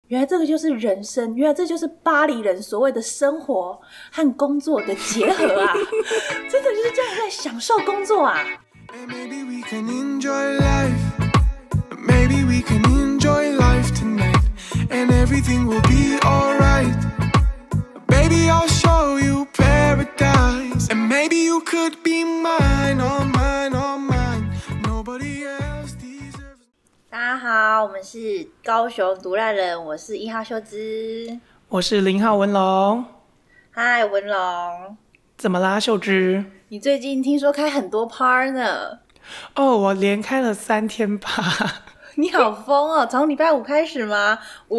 原来这个就是人生，原来这就是巴黎人所谓的生活和工作的结合啊！真的就是这样在享受工作啊。 Maybe we can enjoy life. Maybe we can enjoy life tonight, and everything will be alright. Baby, I'll show you paradise, and maybe you could be mine, all mine, all mine. Nobody else deserves. 大家好，我们是高雄独烂人，我是1号秀芝， 我是0号文龙。 嗨，文龙， 怎么啦，秀芝？ 你最近听说开很多趴呢？ 哦，我连开了3天趴。 你好疯哦！从礼拜5开始吗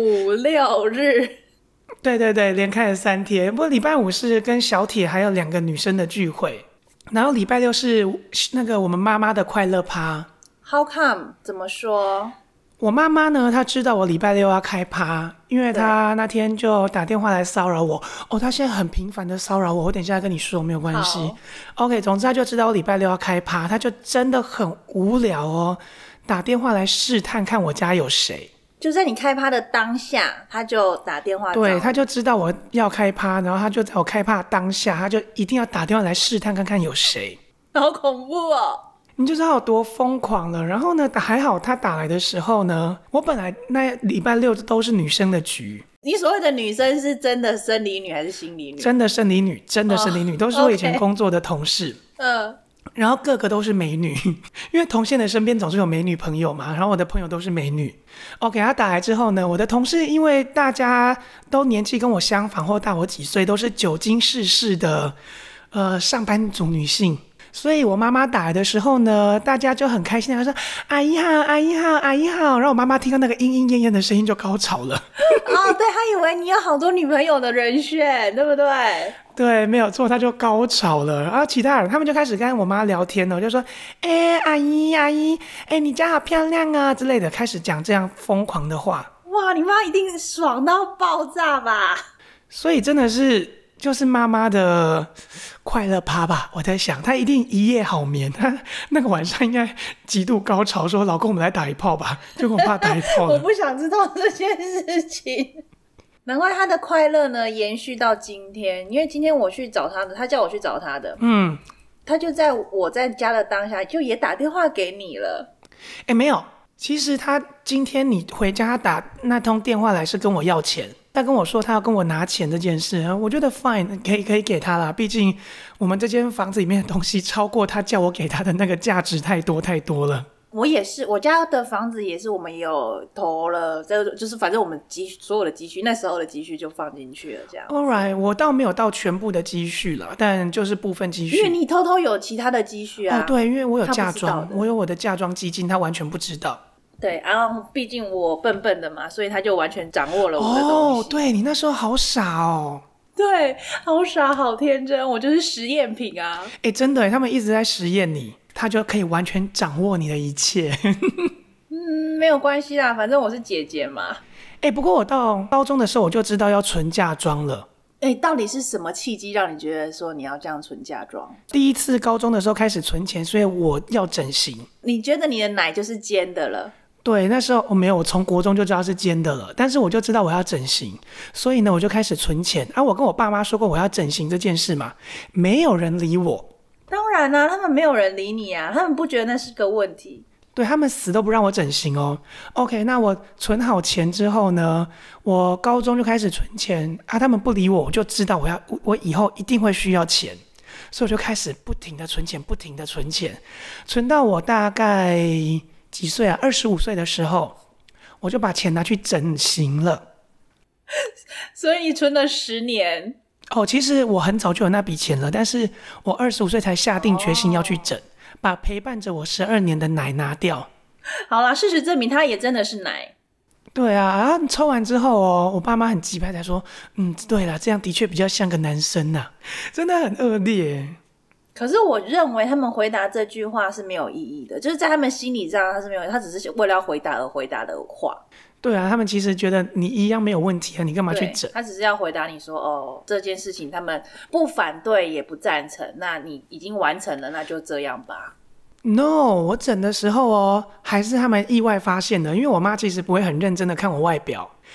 ？5、6日。 对对对，连开了3天。不过礼拜5是跟小铁还有2个女生的聚会，然后礼拜6是那个我们妈妈的快乐趴。 How come？ 怎么说？ 我妈妈呢，她知道我礼拜6要开趴，因为她那天就打电话来骚扰我。哦，她现在很频繁的骚扰我，我等一下跟你说，没有关系。OK， 总之她就知道我礼拜6要开趴，她就真的很无聊哦，打电话来试探看我家有谁。 就在你开趴的当下，她就打电话找你。 对，她就知道我要开趴，然后她就在我开趴当下，她就一定要打电话来试探看看有谁。 好恐怖哦！ 你就知道有多疯狂了。然后呢，还好他打来的时候呢，我本来那礼拜6都是女生的局。 你所谓的女生是真的生理女还是心理女？ 真的生理女，真的生理女，都是我以前工作的同事。然后个个都是美女，因为同线的身边总是有美女朋友嘛，然后我的朋友都是美女。OK， 他打来之后呢，我的同事因为大家都年纪跟我相仿或大我几岁，都是久经世事的上班族女性。所以我妈妈打来的时候呢，大家就很开心的说阿姨好阿姨好阿姨好，然后我妈妈听到那个莺莺燕燕的声音就高潮了。 哦，对，她以为你有好多女朋友的人选，对不对？ 对，没有错，她就高潮了。然后其他人他们就开始跟我妈聊天了，就说阿姨阿姨，你家好漂亮啊之类的，开始讲这样疯狂的话。 哇，你妈一定爽到爆炸吧？ 所以真的是就是妈妈的快乐趴吧，我在想她一定一夜好眠，她那个晚上应该极度高潮，说老公我们来打一炮吧，就跟我爸打一炮了。 我不想知道这件事情。难怪她的快乐呢延续到今天，因为今天我去找她的，她叫我去找她的，她就在我在家的当下就也打电话给你了。 没有，其实她今天你回家她打那通电话来是跟我要钱，他跟我说他要跟我拿钱这件事，我觉得 fine， 可以给他啦，毕竟我们这间房子里面的东西超过他叫我给他的那个价值太多太多了。 我也是，我家的房子也是，我们也有投了，就是反正我们所有的积蓄，那时候的积蓄就放进去了，这样。 Alright， 我倒没有到全部的积蓄了，但就是部分积蓄。 因为你偷偷有其他的积蓄啊。 对，因为我有嫁妆，我有我的嫁妆基金，他完全不知道。 对，然后毕竟我笨笨的嘛，所以他就完全掌握了我的东西。 对，你那时候好傻哦。 对，好傻好天真，我就是实验品啊。 真的，他们一直在实验你，他就可以完全掌握你的一切。 没有关系啦，反正我是姐姐嘛。 不过我到高中的时候我就知道要存嫁妆了。 到底是什么契机让你觉得说你要这样存嫁妆？ 第一次高中的时候开始存钱，所以我要整形。 你觉得你的奶就是尖的了？ 对，那时候我没有，我从国中就知道是尖的了，但是我就知道我要整形，所以呢我就开始存钱。我跟我爸妈说过我要整形这件事嘛，没有人理我。 当然啦，他们没有人理你啊，他们不觉得那是个问题。 对，他们死都不让我整形哦。OK， 那我存好钱之后呢，我高中就开始存钱他们不理我，我就知道我以后一定会需要钱，所以我就开始不停的存钱，不停的存钱，存到我大概几岁啊？25岁的时候，我就把钱拿去整形了。 所以你存了10年？ 其实我很早就有那笔钱了，但是我25岁才下定决心要去整。把陪伴着我12年的奶拿掉。 好啦，事实证明它也真的是奶。 对啊，然后抽完之后我爸妈很急拍才说对啦，这样的确比较像个男生啊，真的很恶劣。 可是我认为他们回答这句话是没有意义的，就是在他们心理上他是没有，他只是为了要回答而回答的话。 对啊，他们其实觉得你一样没有问题啊，你干嘛去整？ 他只是要回答你说这件事情他们不反对也不赞成，那你已经完成了，那就这样吧。 No， 我整的时候还是他们意外发现的，因为我妈其实不会很认真的看我外表，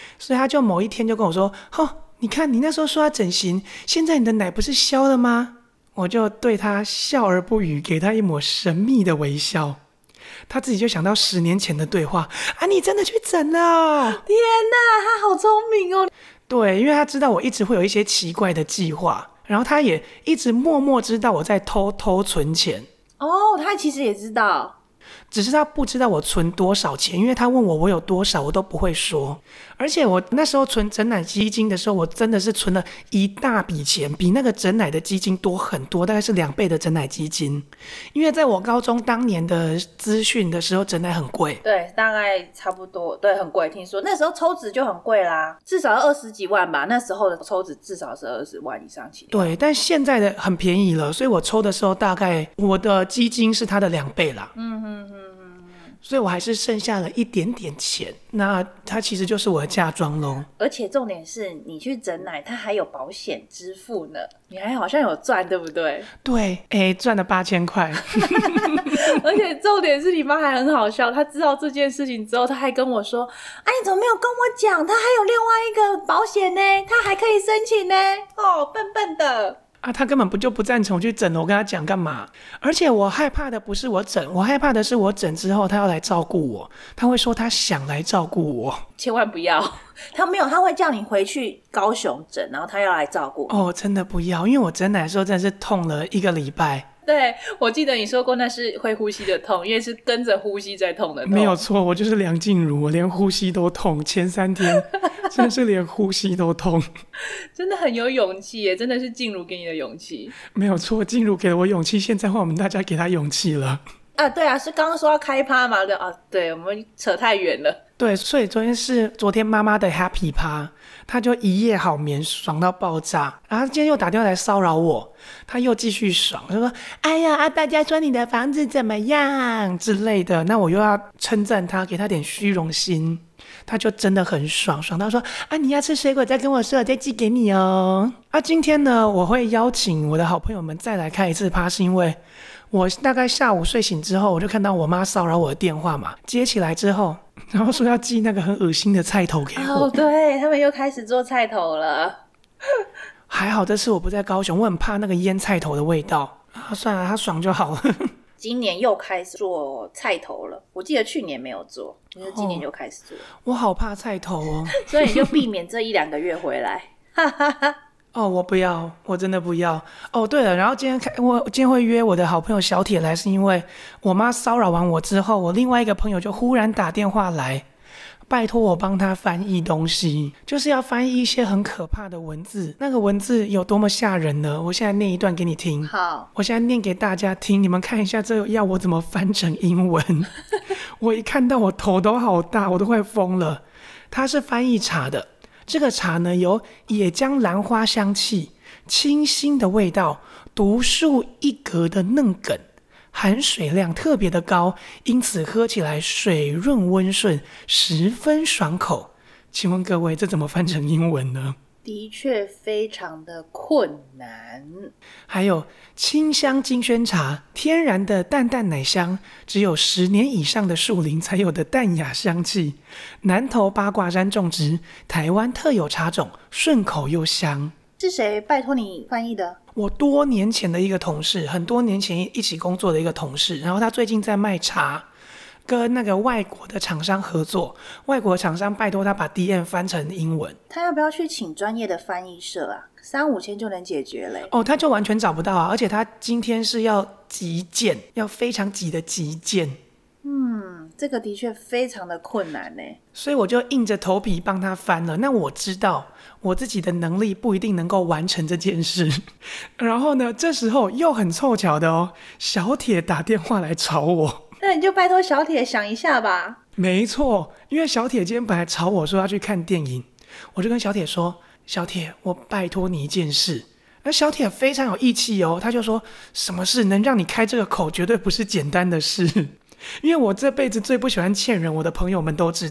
所以他就某一天就跟我说，你看你那时候说要整形，现在你的奶不是消了吗？我就对他笑而不语，给他一抹神秘的微笑。他自己就想到10年前的对话，你真的去整了？ 天哪，他好聪明哦。 对，因为他知道我一直会有一些奇怪的计划，然后他也一直默默知道我在偷偷存钱。 他其实也知道， 只是他不知道我存多少钱，因为他问我有多少，我都不会说。而且我那时候存整奶基金的时候，我真的是存了一大笔钱，比那个整奶的基金多很多，大概是2倍的整奶基金。因为在我高中当年的资讯的时候，整奶很贵。 对，大概差不多，对，很贵。听说那时候抽脂就很贵啦，至少要20几万吧。那时候的抽脂至少是20万以上起。 对，但现在的很便宜了，所以我抽的时候大概我的基金是它的2倍啦。所以我还是剩下了一点点钱，那它其实就是我的嫁妆咯。 而且重点是你去整奶，它还有保险支付呢，你还好像有赚，对不对？ 对，赚了8000块。 而且重点是你妈还很好笑，她知道这件事情之后，她还跟我说，你怎么没有跟我讲，她还有另外一个保险呢，她还可以申请呢。笨笨的他根本就不赞成我去整了，我跟他讲干嘛？而且我害怕的不是我整，我害怕的是我整之后他要来照顾我，他会说他想来照顾我。 千万不要，他没有，他会叫你回去高雄整，然后他要来照顾。 真的不要，因为我整奶的时候真的是痛了1个礼拜。 对，我记得你说过那是会呼吸的痛，因为是跟着呼吸在痛的痛。 没有错，我就是梁静茹，我连呼吸都痛，前3天真的是连呼吸都痛。 真的很有勇气耶，真的是静茹给你的勇气。 没有错，静茹给了我勇气，现在换我们大家给她勇气了。 对啊，是刚刚说要开趴嘛？对，我们扯太远了。 对，所以昨天妈妈的 happy 趴，她就一夜好眠，爽到爆炸。然后今天又打电话来骚扰我，她又继续爽，就说：“哎呀大家说你的房子怎么样之类的。”那我又要称赞她，给她点虚荣心，她就真的很爽，爽到说：“你要吃水果再跟我说，我再寄给你哦。”今天呢，我会邀请我的好朋友们再来开一次趴，是因为我大概下午睡醒之后，我就看到我妈骚扰我的电话嘛，接起来之后，然后说要寄那个很恶心的菜头给我。 对，他们又开始做菜头了。 还好这次我不在高雄，我很怕那个腌菜头的味道。算了，他爽就好了。 今年又开始做菜头了，我记得去年没有做，就是今年就开始做。 我好怕菜头哦， 所以你就避免这1-2个月回来。 我不要，我真的不要。对了，然后我今天会约我的好朋友小铁来，是因为我妈骚扰完我之后，我另外一个朋友就忽然打电话来，拜托我帮他翻译东西，就是要翻译一些很可怕的文字。那个文字有多么吓人呢？我现在念一段给你听。 好， 我现在念给大家听，你们看一下这要我怎么翻成英文。我一看到我头都好大，我都快疯了。它是翻译茶的。这个茶呢，有野姜兰花香气，清新的味道，独树一格的嫩梗，含水量特别的高，因此喝起来水润温顺，十分爽口。请问各位，这怎么翻成英文呢？ 的确非常的困难。 还有清香金萱茶，天然的淡淡奶香，只有10年以上的树林才有的淡雅香气。南投八卦山种植，台湾特有茶种，顺口又香。 是谁拜托你翻译的？ 我多年前的一个同事，很多年前一起工作的一个同事，然后他最近在卖茶，跟那个外国的厂商合作，外国厂商拜托他把 DM 翻成英文。 他要不要去请专业的翻译社啊？3-5千就能解决嘞。 他就完全找不到啊，而且他今天是要急件，要非常急的急件。 这个的确非常的困难呢， 所以我就硬着头皮帮他翻了。那我知道我自己的能力不一定能够完成这件事。然后呢，这时候又很凑巧的小铁打电话来吵我。 那你就拜托小铁想一下吧。 没错，因为小铁今天本来吵我说要去看电影，我就跟小铁说，小铁，我拜托你一件事。而小铁非常有义气他就说，什么事能让你开这个口绝对不是简单的事。因为我这辈子最不喜欢欠人，我的朋友们都知道。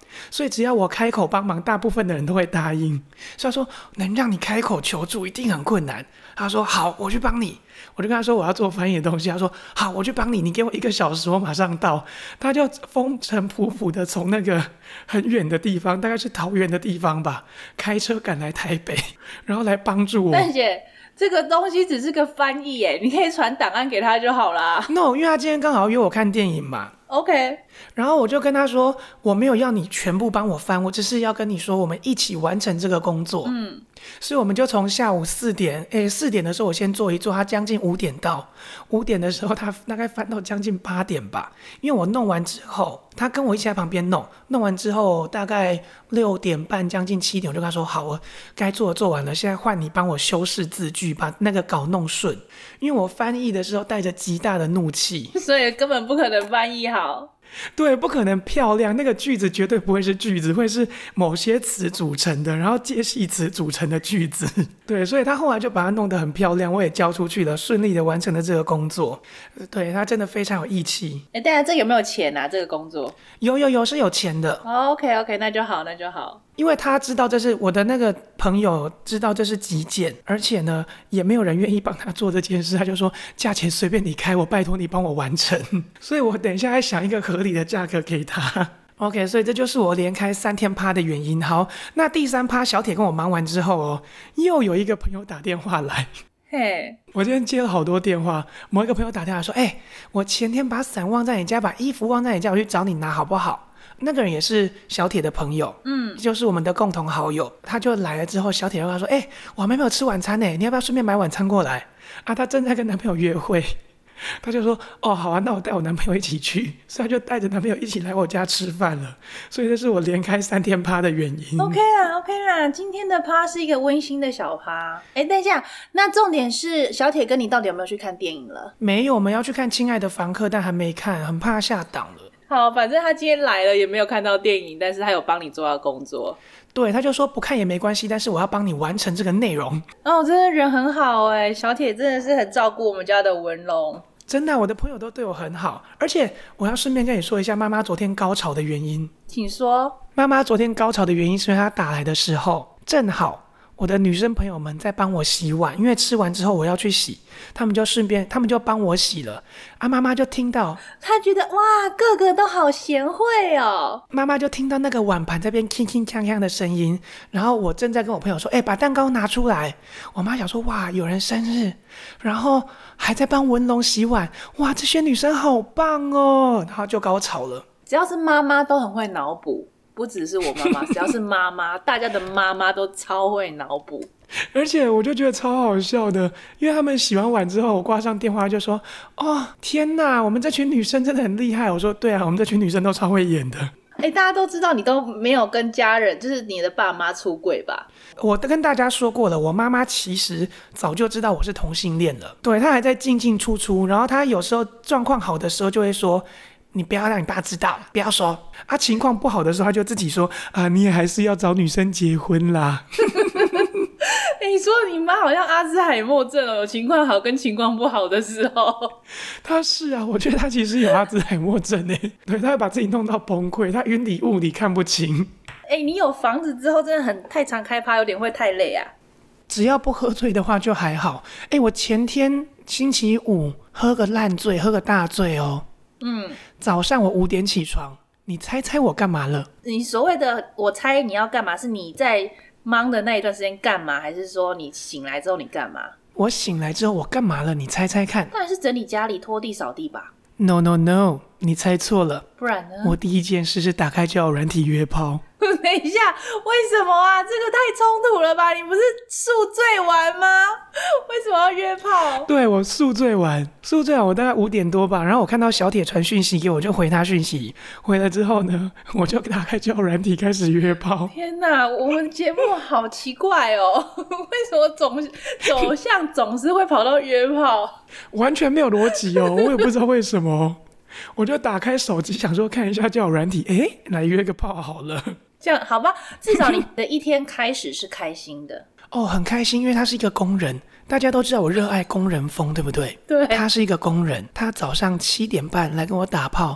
所以只要我开口帮忙，大部分的人都会答应。所以他说能让你开口求助一定很困难。他说好，我去帮你。我就跟他说我要做翻译的东西，他说好，我去帮你，你给我1个小时，我马上到。他就风尘仆仆的从那个很远的地方，大概是桃园的地方吧，开车赶来台北，然后来帮助我。 但姐，这个东西只是个翻译耶，你可以传档案给他就好啦。 No， 因为他今天刚好约我看电影嘛。 OK， 然后我就跟他说我没有要你全部帮我翻，我只是要跟你说我们一起完成这个工作。所以我们就从下午4点的时候我先做一做，他将近5点到，5点的时候他大概翻到将近8点吧。因为我弄完之后他跟我一起在旁边弄完之后大概6点半将近7点，我就跟他说好，我该做的做完了，现在换你帮我修饰字句，把那个稿弄顺。因为我翻译的时候带着极大的怒气， 所以根本不可能翻译好。 对，不可能漂亮，那个句子绝对不会是句子，会是某些词组成的，然后介系词组成的句子。对，所以他后来就把它弄得很漂亮，我也交出去了，顺利的完成了这个工作。对，他真的非常有义气。 当然这有没有钱啊？这个工作有是有钱的。 OK， 那就好。因为他知道这是我的那个朋友知道这是极简，而且呢也没有人愿意帮他做这件事，他就说价钱随便你开，我拜托你帮我完成。所以我等一下再想一个合理的价格给他。OK， 所以这就是我连开3天趴的原因。好，那第3趴小铁跟我忙完之后又有一个朋友打电话来。我今天接了好多电话，某一个朋友打电话说我前天把伞忘在你家，把衣服忘在你家，我去找你拿好不好？那个人也是小铁的朋友，就是我们的共同好友。他就来了之后，小铁就跟他说我还没有吃晚餐你要不要顺便买晚餐过来啊？他正在跟男朋友约会，他就说好啊，那我带我男朋友一起去。所以他就带着男朋友一起来我家吃饭了。所以这是我连开3天趴的原因。 OK 啦，今天的趴是一个温馨的小趴。等一下，那重点是小铁跟你到底有没有去看电影了？ 没有，我们要去看《亲爱的房客》，但还没看，很怕下档了。 好，反正他今天来了也没有看到电影，但是他有帮你做到工作。 对，他就说不看也没关系，但是我要帮你完成这个内容。 真的人很好小铁真的是很照顾我们家的文龙。 真的我的朋友都对我很好。而且我要顺便跟你说一下妈妈昨天高潮的原因。 请说。 妈妈昨天高潮的原因是因为她打来的时候正好我的女生朋友们在帮我洗碗，因为吃完之后我要去洗，他们就帮我洗了妈妈就听到， 她觉得哇个个都好贤惠哦。 妈妈就听到那个碗盘在边铿铿锵锵的声音，然后我正在跟我朋友说把蛋糕拿出来。我妈想说哇有人生日，然后还在帮文龙洗碗，哇这些女生好棒哦，然后就高潮了。 只要是妈妈都很会脑补，不只是我妈妈，只要是妈妈大家的妈妈都超会脑补。 而且我就觉得超好笑的，因为他们洗完碗之后我挂上电话就说天哪我们这群女生真的很厉害。我说对啊，我们这群女生都超会演的。 大家都知道你都没有跟家人就是你的爸妈出柜吧？ 我跟大家说过了，我妈妈其实早就知道我是同性恋了。对，她还在进进出出，然后她有时候状况好的时候就会说你不要让你爸知道，不要说情况不好的时候他就自己说你也还是要找女生结婚啦。 你说你妈好像阿兹海默症有情况好跟情况不好的时候。 她是我觉得她其实有阿兹海默症对，她会把自己弄到崩溃，她云里雾里看不清。 你有房子之后真的太常开趴，有点会太累啊。 只要不喝醉的话就还好。我前天星期五喝个烂醉，喝个大醉早上我5点起床，你猜猜我干嘛了？ 你所谓的我猜你要干嘛，是你在忙的那一段时间干嘛，还是说你醒来之后你干嘛？ 我醒来之后我干嘛了？你猜猜看。 当然是整理家里，拖地扫地吧。 No， 你猜错了。 不然呢？ 我第一件事是打开交友软体约炮。 等一下，为什么啊？这个太冲突了吧？你不是宿醉完吗？为什么要约炮？ 对，我宿醉完，我大概5点多吧，然后我看到小铁传讯息给我，就回他讯息。回了之后呢，我就打开交友软体开始约炮。 天哪，我们节目好奇怪哦，为什么走向总是会跑到约炮？ 完全没有逻辑哦，我也不知道为什么。我就打开手机想说看一下交友软体，来约个炮好了。 这样好吧，至少你的一天开始是开心的。 很开心，因为他是一个工人，大家都知道我热爱工人风，对不对？ 对。 他是一个工人，他早上7点半来跟我打炮，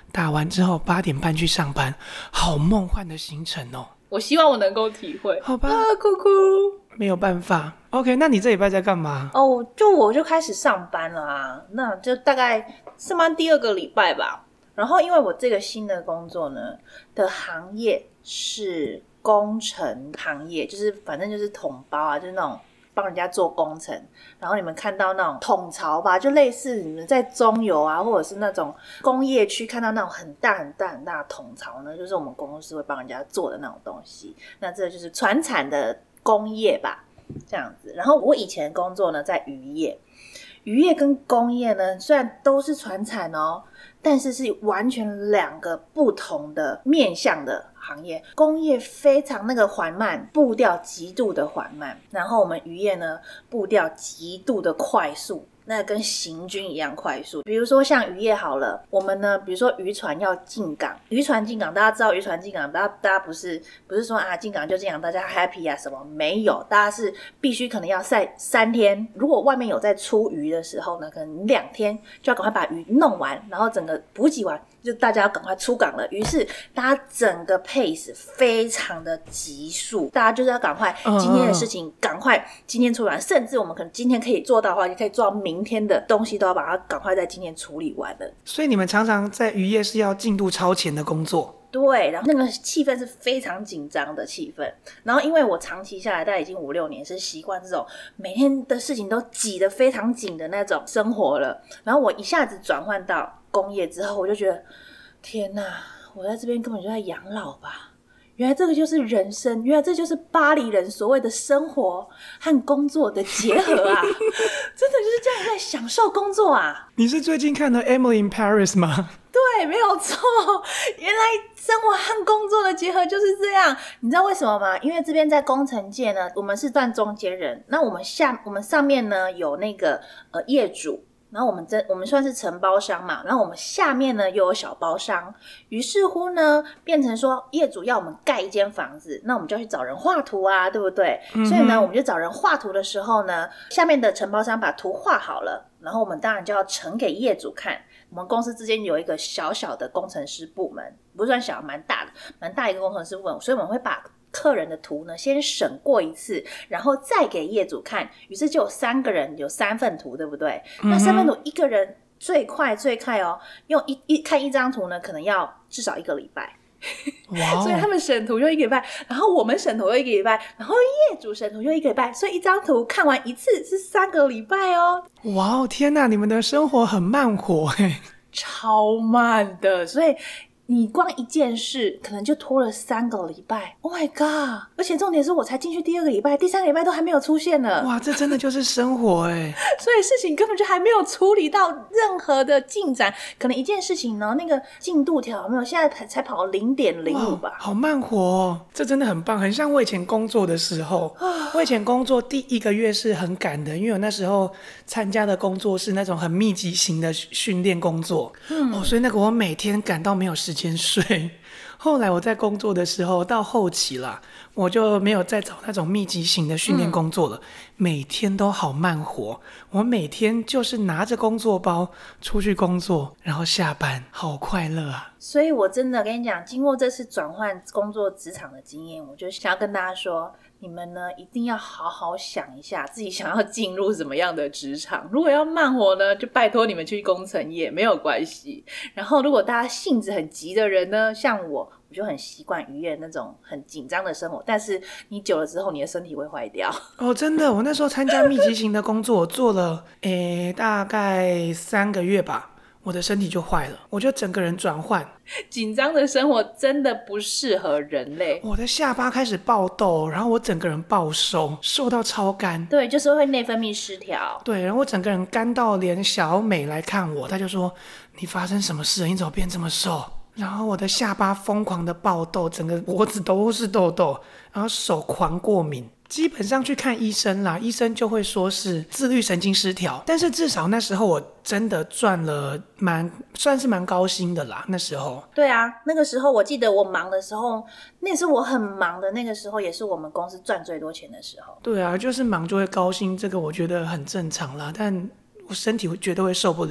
打完之后8点半去上班，好梦幻的行程哦。 我希望我能够体会。 好吧， 哭哭， 没有办法。OK， 那你这礼拜在干嘛？ 我就开始上班了啊，那就大概上班第2个礼拜吧。然后因为我这个新的工作呢的行业是工程行业，就是反正就是统包啊，就是那种帮人家做工程，然后你们看到那种统槽吧，就类似你们在中油啊，或者是那种工业区看到那种很大很大很大的统槽呢，就是我们公司会帮人家做的那种东西。那这就是传产的工业吧，这样子。然后我以前工作呢在渔业，渔业跟工业呢虽然都是传产哦，但是是完全2个不同的面向的行业。工业非常那个缓慢，步调极度的缓慢，然后我们渔业呢步调极度的快速，那跟行军一样快速。比如说像渔业好了，我们呢比如说渔船要进港，渔船进港，大家知道渔船进港，大家不是说啊进港就进港大家 happy 啊什么，没有，大家是必须可能要晒3天，如果外面有在出鱼的时候呢，可能2天就要赶快把鱼弄完，然后整个补给完，就大家要赶快出港了。于是大家整个 pace 非常的急速，大家就是要赶快今天的事情赶快今天处理完，甚至我们可能今天可以做到的话，也可以做到明天的东西都要把它赶快在今天处理完了。 所以你们常常在渔业是要进度超前的工作。 对，然后那个气氛是非常紧张的气氛，然后因为我长期下来大概已经5-6年是习惯这种每天的事情都挤得非常紧的那种生活了，然后我一下子转换到工业之后，我就觉得天哪，我在这边根本就在养老吧，原来这个就是人生，原来这就是巴黎人所谓的生活和工作的结合啊真的就是这样在享受工作啊。 你是最近看的 Emily in Paris 吗？ 对，没有错，原来生活和工作的结合就是这样。你知道为什么吗？因为这边在工程界呢，我们是算中间人，那我们上面呢有那个业主，然后我们算是承包商嘛，然后我们下面呢又有小包商，于是乎呢变成说业主要我们盖一间房子，那我们就要去找人画图啊，对不对？所以呢我们就找人画图的时候呢，下面的承包商把图画好了，然后我们当然就要呈给业主看。我们公司之间有一个小小的工程师部门，不算小，蛮大一个工程师部门，所以我们会把客人的图呢先审过一次，然后再给业主看，于是就有3个人有3份图，对不对？那3份图一个人最快哦，用看一张图呢可能要至少1个礼拜 wow 所以他们审图就1个礼拜，然后我们审图又1个礼拜，然后业主审图又1个礼拜，所以一张图看完一次是3个礼拜哦。 哇，天哪，你们的生活很慢活耶。 超慢的，所以你光一件事可能就拖了3个礼拜 Oh my god， 而且重点是我才进去第2个礼拜，第3个礼拜都还没有出现呢。 哇，这真的就是生活耶所以事情根本就还没有处理到任何的进展，可能一件事情呢那个进度条没有，现在才跑 0.05 吧。 好慢活哦，这真的很棒，很像我以前工作的时候我以前工作第1个月是很赶的，因为我那时候参加的工作是那种很密集型的训练工作所以那个我每天赶到没有时间睡。后来我在工作的时候到后期啦，我就没有再找那种密集型的训练工作了每天都好慢活，我每天就是拿着工作包出去工作，然后下班，好快乐啊。 所以我真的跟你讲，经过这次转换工作职场的经验，我就想要跟大家说，你们呢一定要好好想一下自己想要进入什么样的职场。如果要慢活呢，就拜托你们去工程业，没有关系。然后如果大家性子很急的人呢，像我就很习惯渔业那种很紧张的生活，但是你久了之后你的身体会坏掉真的，我那时候参加密集型的工作，我做了大概3个月吧，我的身体就坏了，我就整个人转换。 紧张的生活真的不适合人类， 我的下巴开始爆痘，然后我整个人暴瘦，瘦到超干。 对，就是会内分泌失调。 对，然后我整个人干到连小美来看我，她就说你发生什么事了，你怎么变这么瘦？然后我的下巴疯狂的爆痘，整个脖子都是痘痘，然后手狂过敏，基本上去看医生啦，医生就会说是自律神经失调。但是至少那时候我真的赚了算是蛮高薪的啦，那时候。 对啊，那个时候我记得我忙的时候，那是我很忙的那个时候，也是我们公司赚最多钱的时候。 对啊，就是忙就会高薪，这个我觉得很正常啦，但我身体绝对会受不了，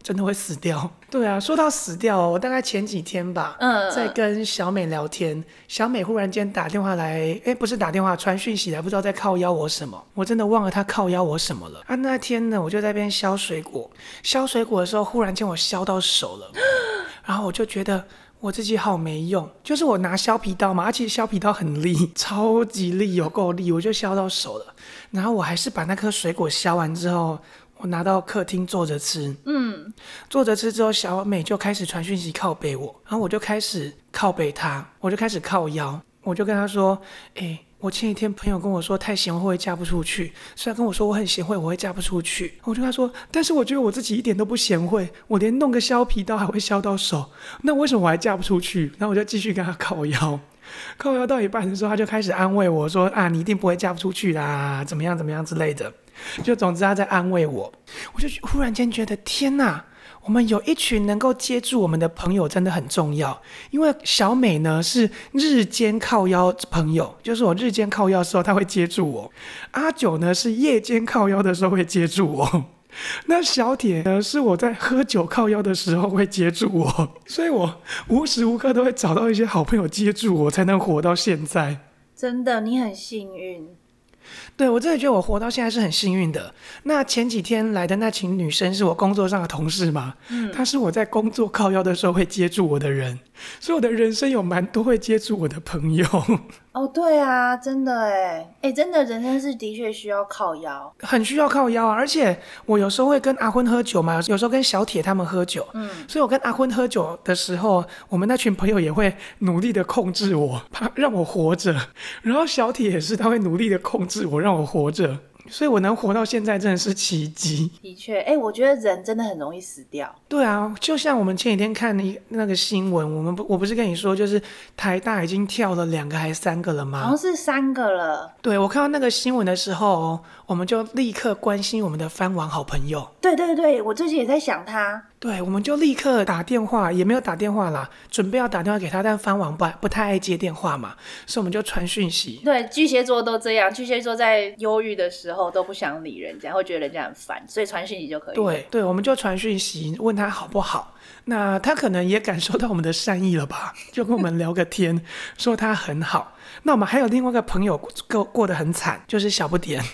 真的会死掉。对啊，说到死掉，我大概前几天吧，在跟小美聊天，小美忽然间打电话来，不是打电话，传讯息来，不知道在靠邀我什么，我真的忘了她靠邀我什么了。那天呢，我就在那边削水果的时候，忽然间我削到手了，然后我就觉得我自己好没用，就是我拿削皮刀嘛，而且削皮刀很利，超级利，有够利，我就削到手了。然后我还是把那颗水果削完之后，我拿到客厅坐着吃。坐着吃之后，小美就开始传讯息靠北我，然后我就开始靠北她，我就开始靠腰，我就跟她说，我前几天朋友跟我说太贤惠会嫁不出去，虽然跟我说我很贤惠我会嫁不出去，我就跟他说，但是我觉得我自己一点都不贤惠，我连弄个削皮刀还会削到手，那为什么我还嫁不出去？然后我就继续跟他靠腰到一半的时候，他就开始安慰我说你一定不会嫁不出去啦，怎么样怎么样之类的，就总之他在安慰我。我就忽然间觉得天哪，我们有一群能够接住我们的朋友真的很重要。因为小美呢是日间靠腰朋友，就是我日间靠腰的时候她会接住我，阿九呢是夜间靠腰的时候会接住我，那小铁呢是我在喝酒靠腰的时候会接住我，所以我无时无刻都会找到一些好朋友接住我，才能活到现在。 真的，你很幸运。 对，我真的觉得我活到现在是很幸运的。那前几天来的那群女生是我工作上的同事嘛，她是我在工作靠腰的时候会接住我的人，所以我的人生有蛮多会接住我的朋友。 对啊，真的真的人生是的确需要靠腰， 很需要靠腰啊。而且我有时候会跟阿昏喝酒嘛，有时候跟小铁他们喝酒，所以我跟阿昏喝酒的时候，我们那群朋友也会努力的控制我，让我活着，然后小铁也是，他会努力的控制我，让我活着，所以我能活到现在真的是奇迹。 的确，我觉得人真的很容易死掉。 对啊，就像我们前几天看那个新闻，我不是跟你说，就是台大已经跳了2个还3个了吗？ 好像是3个了。 对，我看到那个新闻的时候，我们就立刻关心我们的番王好朋友。 对对对，我最近也在想他。 对，我们就立刻打电话，也没有打电话啦，准备要打电话给他，但番王不太爱接电话嘛，所以我们就传讯息。 对，巨蟹座都这样，巨蟹座在忧郁的时候都不想理人家，会觉得人家很烦，所以传讯息就可以。 对，我们就传讯息问他好不好，那他可能也感受到我们的善意了吧，就跟我们聊个天说他很好。那我们还有另外一个朋友过得很惨，就是小不点。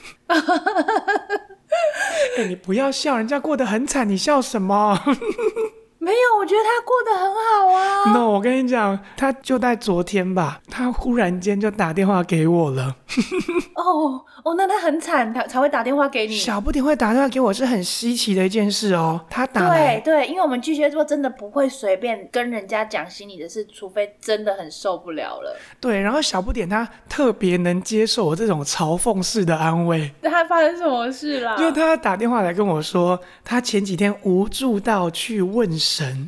你不要笑，人家过得很惨，你笑什么？ 没有，我觉得他过得很好啊。 No， 我跟你讲，他就在昨天吧，他忽然间就打电话给我了。 那他很惨，他才会打电话给你。 小不点会打电话给我是很稀奇的一件事哦。他打来， 对，因为我们巨蟹座真的不会随便跟人家讲心里的事，除非真的很受不了了。 对，然后小不点他特别能接受我这种嘲讽式的安慰。 他发生什么事啦？ 因为他打电话来跟我说，他前几天无助到去问神。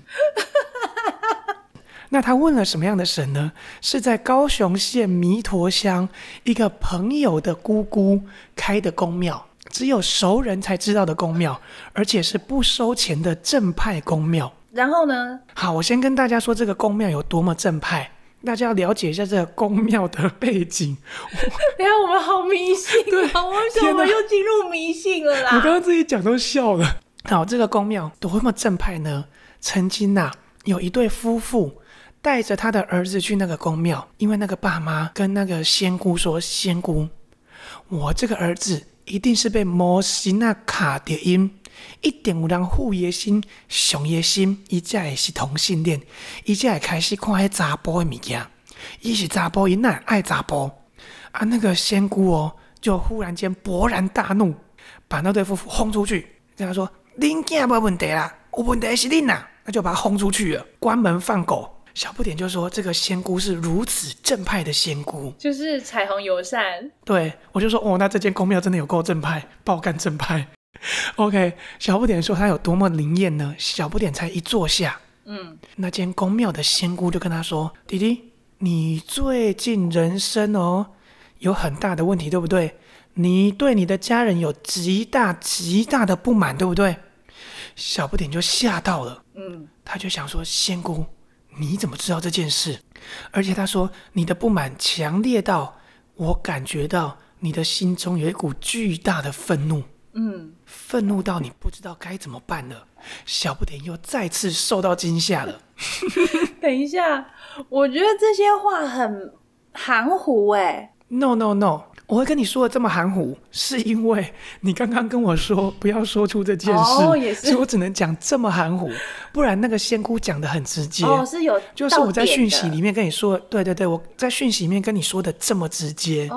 那他问了什么样的神呢？是在高雄县弥陀乡一个朋友的姑姑开的宫庙，只有熟人才知道的宫庙，而且是不收钱的正派宫庙。 然后呢？ 好，我先跟大家说这个宫庙有多么正派，大家要了解一下这个宫庙的背景。 等一下我们好迷信对， 为什么我们又进入迷信了啦？ 我刚刚自己讲都笑了。好，这个宫庙多么正派呢？曾经有一对夫妇带着他的儿子去那个宫庙，因为那个爸妈跟那个仙姑说，仙姑，我这个儿子一定是被魔神卡到阴，一定有人护爷心上爷心，他才会是同性恋，他才会开始看那查甫的物件，他是查甫，他哪会爱查甫啊？那个仙姑就忽然间勃然大怒，把那对夫妇轰出去，跟他说，恁囝没问题啦，有问题是恁啦，那就把他轰出去了，关门放狗。小不点就说这个仙姑是如此正派的仙姑， 就是彩虹友善。 对，我就说那这间宫庙真的有够正派，爆干正派。OK， 小不点说他有多么灵验呢？小不点才一坐下，那间宫庙的仙姑就跟他说，弟弟，你最近人生有很大的问题，对不对？你对你的家人有极大极大的不满，对不对？小不点就吓到了，他就想说，仙姑你怎么知道这件事？而且他说你的不满强烈到我感觉到你的心中有一股巨大的愤怒。 愤怒到你不知道该怎么办了。小不点又再次受到惊吓了。 等一下，我觉得这些话很含糊 No， 我会跟你说的这么含糊，是因为你刚刚跟我说不要说出这件事， 也是， 所以我只能讲这么含糊，不然那个仙姑讲的很直接。 是有， 就是我在讯息里面跟你说，对，我在讯息里面跟你说的这么直接。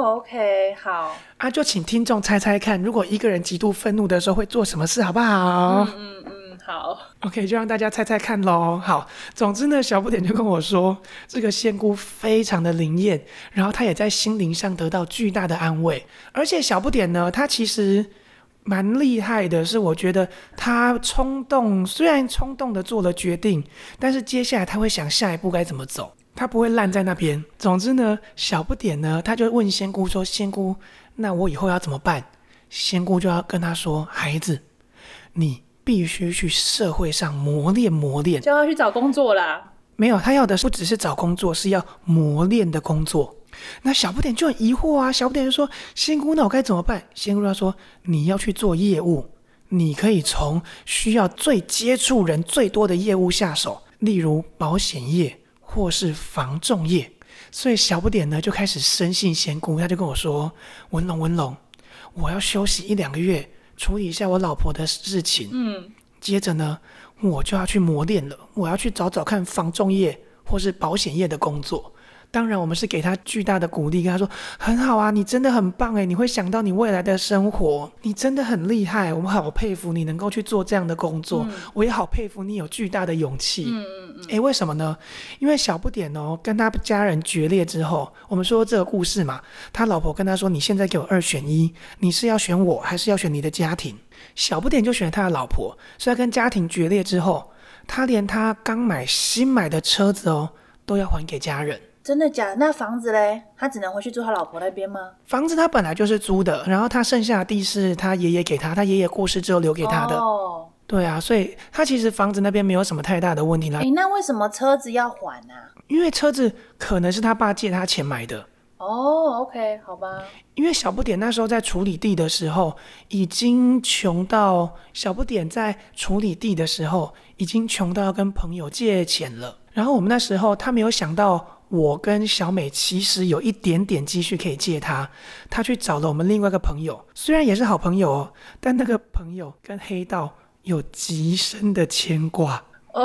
OK， 好就请听众猜猜看，如果一个人极度愤怒的时候会做什么事，好不好？ 好 OK， 就让大家猜猜看咯。好，总之呢，小不点就跟我说，这个仙姑非常的灵验，然后他也在心灵上得到巨大的安慰。而且小不点呢，他其实蛮厉害的，是我觉得他虽然冲动的做了决定，但是接下来他会想下一步该怎么走，他不会烂在那边。总之呢，小不点呢，他就问仙姑说，仙姑，那我以后要怎么办？仙姑就要跟他说，孩子，你必须去社会上磨练， 就要去找工作啦。 没有，他要的不只是找工作，是要磨练的工作。那小不点就很疑惑啊，小不点就说，仙姑，那我该怎么办？仙姑要说，你要去做业务，你可以从需要最接触人最多的业务下手，例如保险业或是房仲业。所以小不点呢就开始深信仙姑，他就跟我说，文龙，我要休息1-2个月，处理一下我老婆的事情，接着呢，我就要去磨练了，我要去找看房仲业或是保险业的工作。当然我们是给他巨大的鼓励，跟他说很好啊，你真的很棒耶，你会想到你未来的生活，你真的很厉害，我们好佩服你能够去做这样的工作，我也好佩服你有巨大的勇气。为什么呢？因为小不点跟他家人决裂之后，我们说这个故事嘛，他老婆跟他说，你现在给我2选1，你是要选我还是要选你的家庭？小不点就选他的老婆，所以他跟家庭决裂之后，他连他刚新买的车子都要还给家人。 真的假的？那房子嘞？他只能回去住他老婆那边吗？ 房子他本来就是租的，然后他剩下的地是他爷爷给他爷爷过世之后留给他的。对啊，所以他其实房子那边没有什么太大的问题啦。 那为什么车子要还啊？ 因为车子可能是他爸借他钱买的。 OK， 好吧。 因为小不点那时候在处理地的时候已经穷到，小不点在处理地的时候已经穷到要跟朋友借钱了。然后我们那时候他没有想到，我跟小美其实有一点点积蓄可以借他去找了我们另外一个朋友，虽然也是好朋友但那个朋友跟黑道有极深的牵挂。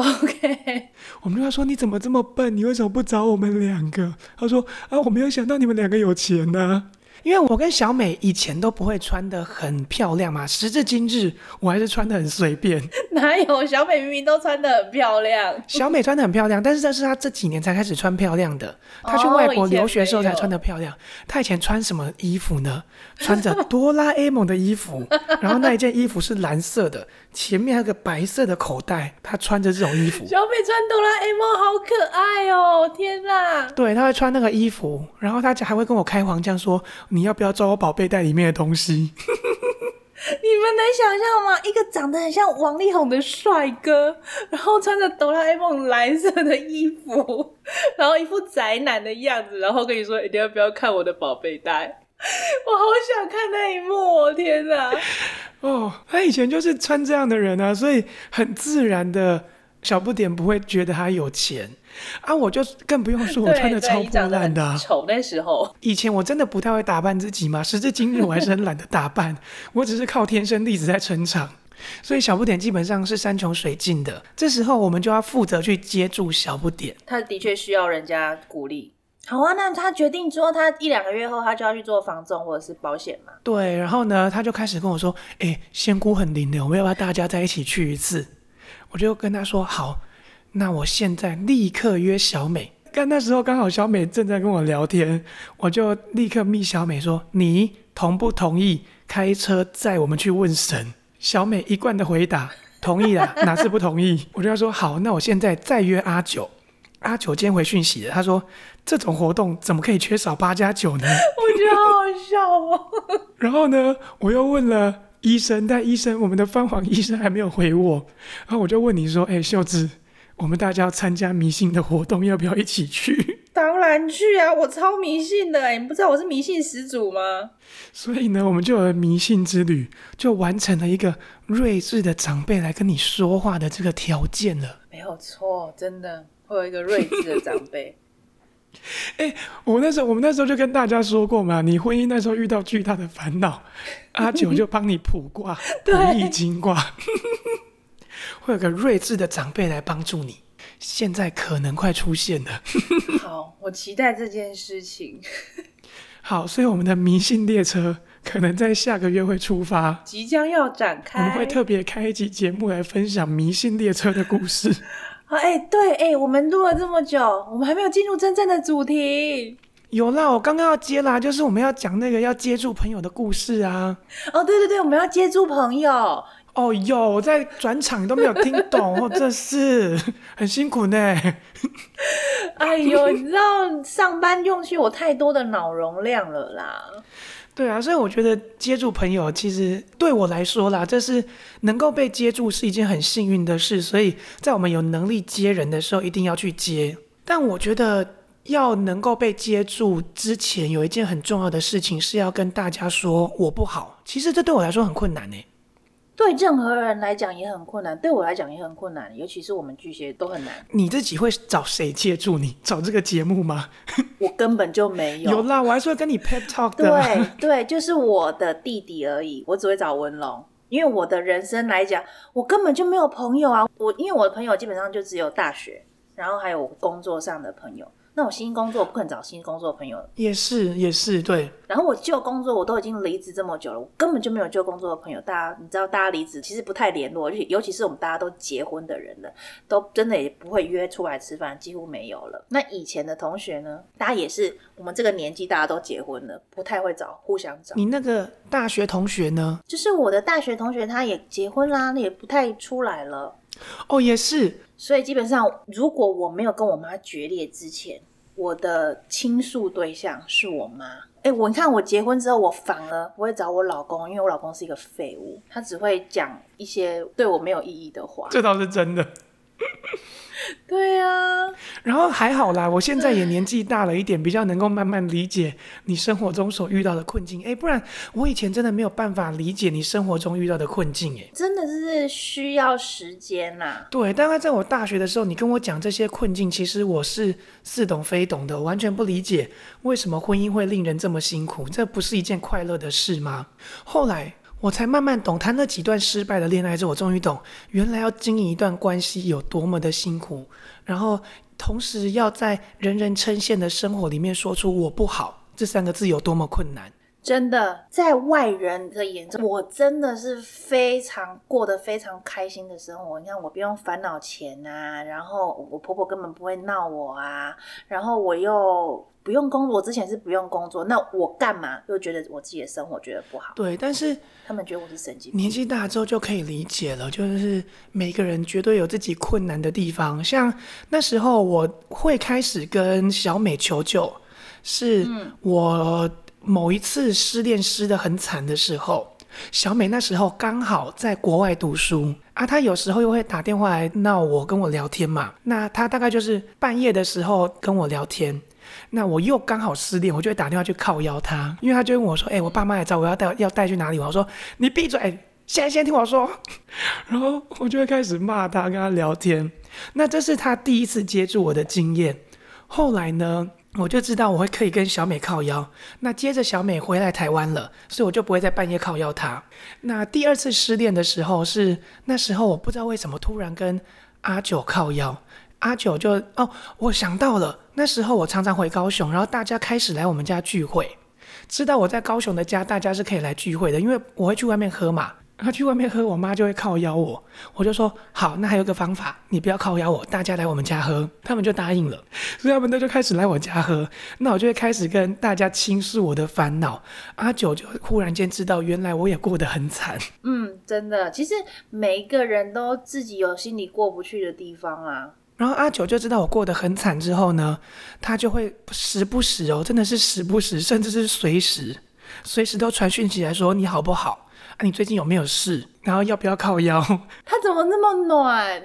OK， 我们就说，你怎么这么笨，你为什么不找我们2个？他说我没有想到你们2个有钱啊。因为我跟小美以前都不会穿得很漂亮嘛，时至今日我还是穿得很随便。 哪有，小美明明都穿得很漂亮。 小美穿得很漂亮，但是这是她这几年才开始穿漂亮的。她去外国留学的时候才穿得漂亮。她以前穿什么衣服呢？穿着哆啦 A 梦的衣服，然后那一件衣服是蓝色的，前面还有个白色的口袋。她穿着这种衣服。 小美穿哆啦 A 梦好可爱哦，天哪。 对，她会穿那个衣服，然后她还会跟我开黄腔说，你要不要抓我宝贝袋里面的东西？ 你们能想象吗？一个长得很像王力宏的帅哥，然后穿着哆啦 A 梦蓝色的衣服，然后一副宅男的样子，然后跟你说一定要不要看我的宝贝袋。我好想看那一幕天哪。 他以前就是穿这样的人啊，所以很自然的小不点不会觉得他有钱啊。我就更不用说我穿的超破烂的啊， 丑那时候。 以前我真的不太会打扮自己嘛，时至今日我还是很懒得打扮我只是靠天生丽质在撑场，所以小不点基本上是山穷水尽的。这时候我们就要负责去接住小不点， 他的确需要人家鼓励。好啊，那他决定说他1-2个月后他就要去做房仲或者是保险嘛。 对，然后呢他就开始跟我说，仙姑很灵的，我们要不要大家在一起去一次？我就跟他说好，那我现在立刻约小美。但那时候刚好小美正在跟我聊天，我就立刻密小美说，你同不同意开车载我们去问神？小美一贯的回答，同意啦，哪次不同意？我就说好，那我现在再约阿九。阿九今天回讯息了，他说这种活动怎么可以缺少8+9呢？ 我觉得好好笑哦。 然后呢我又问了医生，但医生，我们的番黄医生还没有回我。然后我就问你说，秀智，我们大家要参加迷信的活动，要不要一起去？ 当然去啊，我超迷信的你不知道我是迷信始祖吗？ 所以呢，我们就有了迷信之旅，就完成了一个睿智的长辈来跟你说话的这个条件了。 没有错，真的会有一个睿智的长辈。 我们那时候就跟大家说过嘛，你婚姻那时候遇到巨大的烦恼，阿九就帮你卜卦，卜易经卦，会有个睿智的长辈来帮助你。现在可能快出现了。 好，我期待这件事情。 好，所以我们的迷信列车可能在下个月会出发， 即将要展开。 我们会特别开一集节目来分享迷信列车的故事。 对，我们录了这么久，我们还没有进入真正的主题。 有啦，我刚刚要接啦，就是我们要讲那个要接住朋友的故事啊。 对，我们要接住朋友。 我在转场你都没有听懂这是很辛苦呢。 你知道上班用去我太多的脑容量了啦。 对啊，所以我觉得接住朋友其实对我来说啦，这是能够被接住是一件很幸运的事，所以在我们有能力接人的时候一定要去接。但我觉得要能够被接住之前，有一件很重要的事情是要跟大家说我不好。其实这对我来说很困难耶。 对任何人来讲也很困难，对我来讲也很困难，尤其是我们巨蟹都很难。 你自己会找谁接住你？找这个节目吗？ 我根本就没有。 有啦，我还是会跟你 pep talk 的。 对，就是我的弟弟而已，我只会找文龙。因为我的人生来讲，我根本就没有朋友啊。因为我的朋友基本上就只有大学，然后还有我工作上的朋友。那我新工作不可能找新工作的朋友。也是，对。 然后我旧工作我都已经离职这么久了，我根本就没有旧工作的朋友。你知道大家离职其实不太联络，尤其是我们大家都结婚的人了，都真的也不会约出来吃饭，几乎没有了。那以前的同学呢，大家也是我们这个年纪大家都结婚了，不太会互相找。 你那个大学同学呢？ 就是我的大学同学他也结婚啦，那也不太出来了。 也是。 所以基本上如果我没有跟我妈决裂之前，我的倾诉对象是我妈。你看我结婚之后，我反而不会找我老公，因为我老公是一个废物，他只会讲一些对我没有意义的话。 这倒是真的。 对啊， 然后还好啦，我现在也年纪大了一点，比较能够慢慢理解你生活中所遇到的困境。不然我以前真的没有办法理解你生活中遇到的困境。 真的是需要时间啦。 对，大概在我大学的时候，你跟我讲这些困境，其实我是似懂非懂的，我完全不理解为什么婚姻会令人这么辛苦，这不是一件快乐的事吗？后来我才慢慢懂，谈了几段失败的恋爱之后，我终于懂，原来要经营一段关系有多么的辛苦，然后同时要在人人称羡的生活里面说出我不好这3个字有多么困难。 真的，在外人的眼中，我真的是过得非常开心的生活。你看，我不用烦恼钱啊，然后我婆婆根本不会闹我啊，然后我又不用工作，我之前是不用工作，那我干嘛又觉得我自己的生活觉得不好？ 对，但是他们觉得我是神经病。 年纪大之后就可以理解了，就是每个人绝对有自己困难的地方。像那时候我会开始跟小美求救，是我某一次失恋失得很惨的时候，小美那时候刚好在国外读书啊，她有时候又会打电话来闹我，跟我聊天嘛。那她大概就是半夜的时候跟我聊天，那我又刚好失恋，我就会打电话去靠邀她，因为她就问我说：“我爸妈来找我要带去哪里？”我说：“你闭嘴，先听我说。”然后我就会开始骂她，跟她聊天。那这是她第一次接触我的经验。后来呢，我就知道我会可以跟小美靠腰。那接着小美回来台湾了，所以我就不会在半夜靠腰她。那第2次失恋的时候是那时候我不知道为什么突然跟阿九靠腰，阿九就我想到了，那时候我常常回高雄，然后大家开始来我们家聚会，知道我在高雄的家大家是可以来聚会的，因为我会去外面喝嘛。他去外面喝，我妈就会靠邀我，我就说好，那还有个方法，你不要靠邀我，大家来我们家喝，他们就答应了，所以他们就开始来我家喝，那我就会开始跟大家倾诉我的烦恼。阿九就忽然间知道，原来我也过得很惨。 真的，其实每一个人都自己有心里过不去的地方啊。 然后阿九就知道我过得很惨之后呢，他就会时不时真的是时不时，甚至是随时都传讯息来说你好不好。你最近有没有事？然后要不要靠腰？ 他怎么那么暖？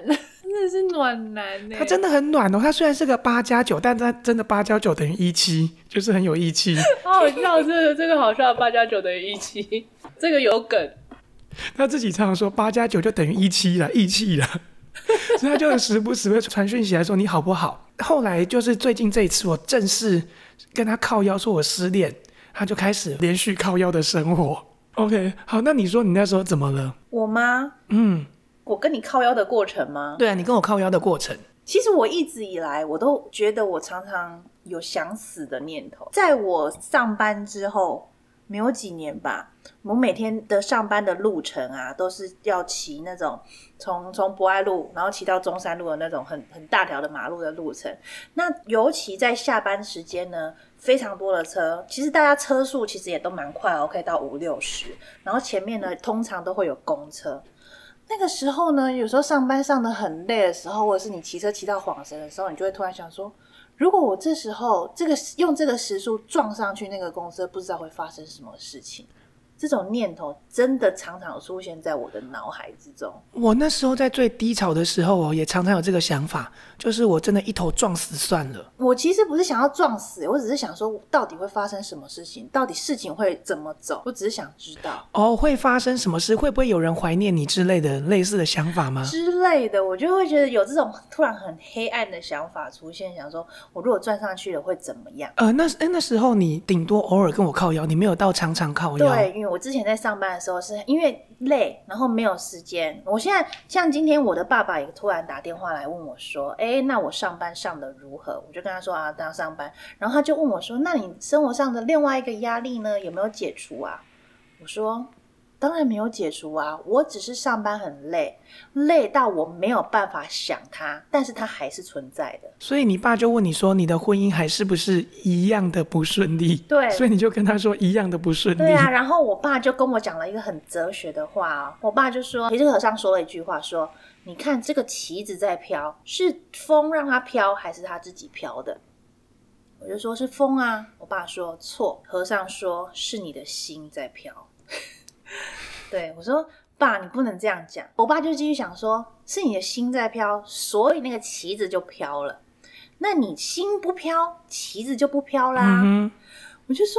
真的是暖男耶， 他真的很暖哦。他虽然是个8+9，但他真的8+9等于17，就是很有义气。 好好笑，这个好笑，8+9等于17，这个有梗。 他自己常常说8+9就等于17了，义气了。所以他就时不时会传讯息来说你好不好。后来就是最近这一次，我正式跟他靠腰说我失恋，他就开始连续靠腰的生活。OK， 好，那你说你那时候怎么了？ 我吗？我跟你靠腰的过程吗？ 对啊，你跟我靠腰的过程。 其实我一直以来我都觉得我常常有想死的念头。在我上班之后没有几年吧，我每天的上班的路程啊，都是要骑那种从博爱路然后骑到中山路的那种很大条的马路的路程。那尤其在下班时间呢，非常多的车，其实大家车速其实也都蛮快哦，可以到50-60，然后前面呢通常都会有公车。那个时候呢，有时候上班上得很累的时候，或者是你骑车骑到晃神的时候，你就会突然想说，如果我这时候用这个时速撞上去那个公车，不知道会发生什么事情。这种念头真的常常出现在我的脑海之中。 我那时候在最低潮的时候也常常有这个想法，就是我真的一头撞死算了。 我其实不是想要撞死，我只是想说到底会发生什么事情，到底事情会怎么走，我只是想知道会发生什么事，会不会有人怀念你之类的类似的想法吗？ 之类的，我就会觉得有这种突然很黑暗的想法出现，想说我如果撞上去了会怎么样。 那时候你顶多偶尔跟我靠腰，你没有到常常靠腰。 对，因为我之前在上班的时候是因为累，然后没有时间。我现在像今天我的爸爸也突然打电话来问我说，那我上班上的如何？我就跟他说啊，当上班。然后他就问我说，那你生活上的另外一个压力呢，有没有解除啊？我说当然没有解除啊，我只是上班很累，累到我没有办法想它，但是它还是存在的。 所以你爸就问你说，你的婚姻还是不是一样的不顺利？ 对， 所以你就跟他说一样的不顺利。 对啊，然后我爸就跟我讲了一个很哲学的话我爸就说，这个和尚说了一句话说，你看这个旗子在飘，是风让它飘还是它自己飘的？我就说是风啊。我爸说错，和尚说是你的心在飘。对，我说爸你不能这样讲。我爸就继续想说，是你的心在飘，所以那个旗子就飘了。那你心不飘，旗子就不飘啦。我就说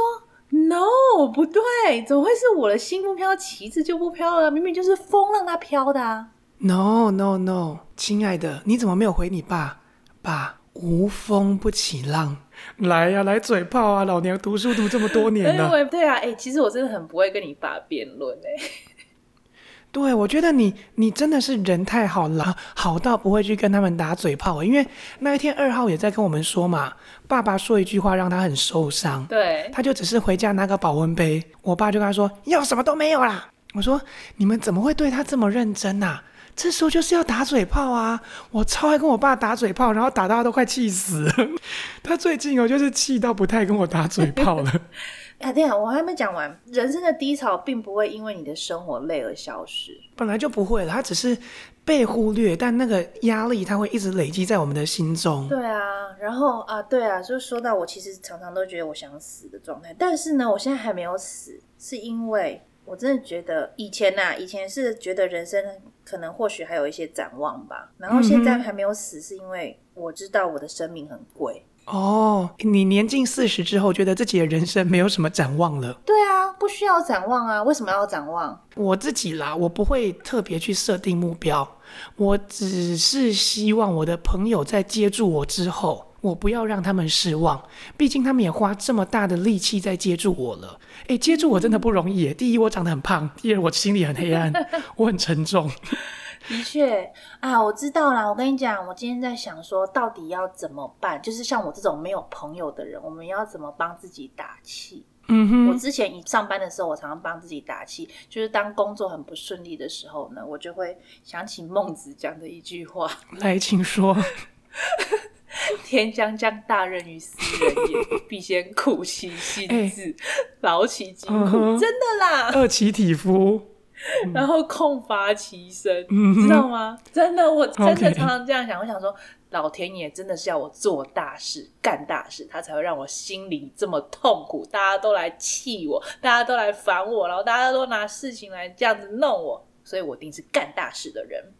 No 不对，怎么会是我的心不飘，旗子就不飘了？明明就是风让它飘的啊。 No， 亲爱的，你怎么没有回你爸？爸，无风不起浪。来呀，来嘴炮啊！老娘读书读这么多年了。 对啊，其实我真的很不会跟你爸辩论对，我觉得你真的是人太好了，好到不会去跟他们打嘴炮。因为那一天2号也在跟我们说嘛，爸爸说一句话让他很受伤。 对， 他就只是回家拿个保温杯，我爸就跟他说要什么都没有啦。我说你们怎么会对他这么认真啊？这时候就是要打嘴炮啊！我超爱跟我爸打嘴炮，然后打到他都快气死了。他最近就是气到不太跟我打嘴炮了。 对啊，我还没讲完。人生的低潮并不会因为你的生活累而消失， 本来就不会了，它只是被忽略，但那个压力它会一直累积在我们的心中。 对啊，然后对啊，就说到我其实常常都觉得我想死的状态，但是呢，我现在还没有死，是因为我真的觉得以前是觉得人生可能或许还有一些展望吧，然后现在还没有死，是因为我知道我的生命很贵。 你年近40之后觉得自己的人生没有什么展望了？ 对啊，不需要展望啊，为什么要展望？ 我自己啦，我不会特别去设定目标，我只是希望我的朋友在接住我之后，我不要让他们失望，毕竟他们也花这么大的力气在接住我了。接住我真的不容易耶。第一，我长得很胖；第二，我心里很黑暗，我很沉重。 的确我知道啦。我跟你讲，我今天在想说到底要怎么办，就是像我这种没有朋友的人，我们要怎么帮自己打气。我之前上班的时候，我常常帮自己打气，就是当工作很不顺利的时候呢，我就会想起孟子讲的一句话。 来，请说。 天将降大任于斯人也，必先苦其心志，劳其筋骨。真的啦， 饿其体肤， 然后空乏其身，知道吗？真的，我真的常常这样想。我想说，老天爷真的是要我做大事、干大事，他才会让我心里这么痛苦。大家都来气我，大家都来烦我，然后大家都拿事情来这样子弄我，所以我一定是干大事的人。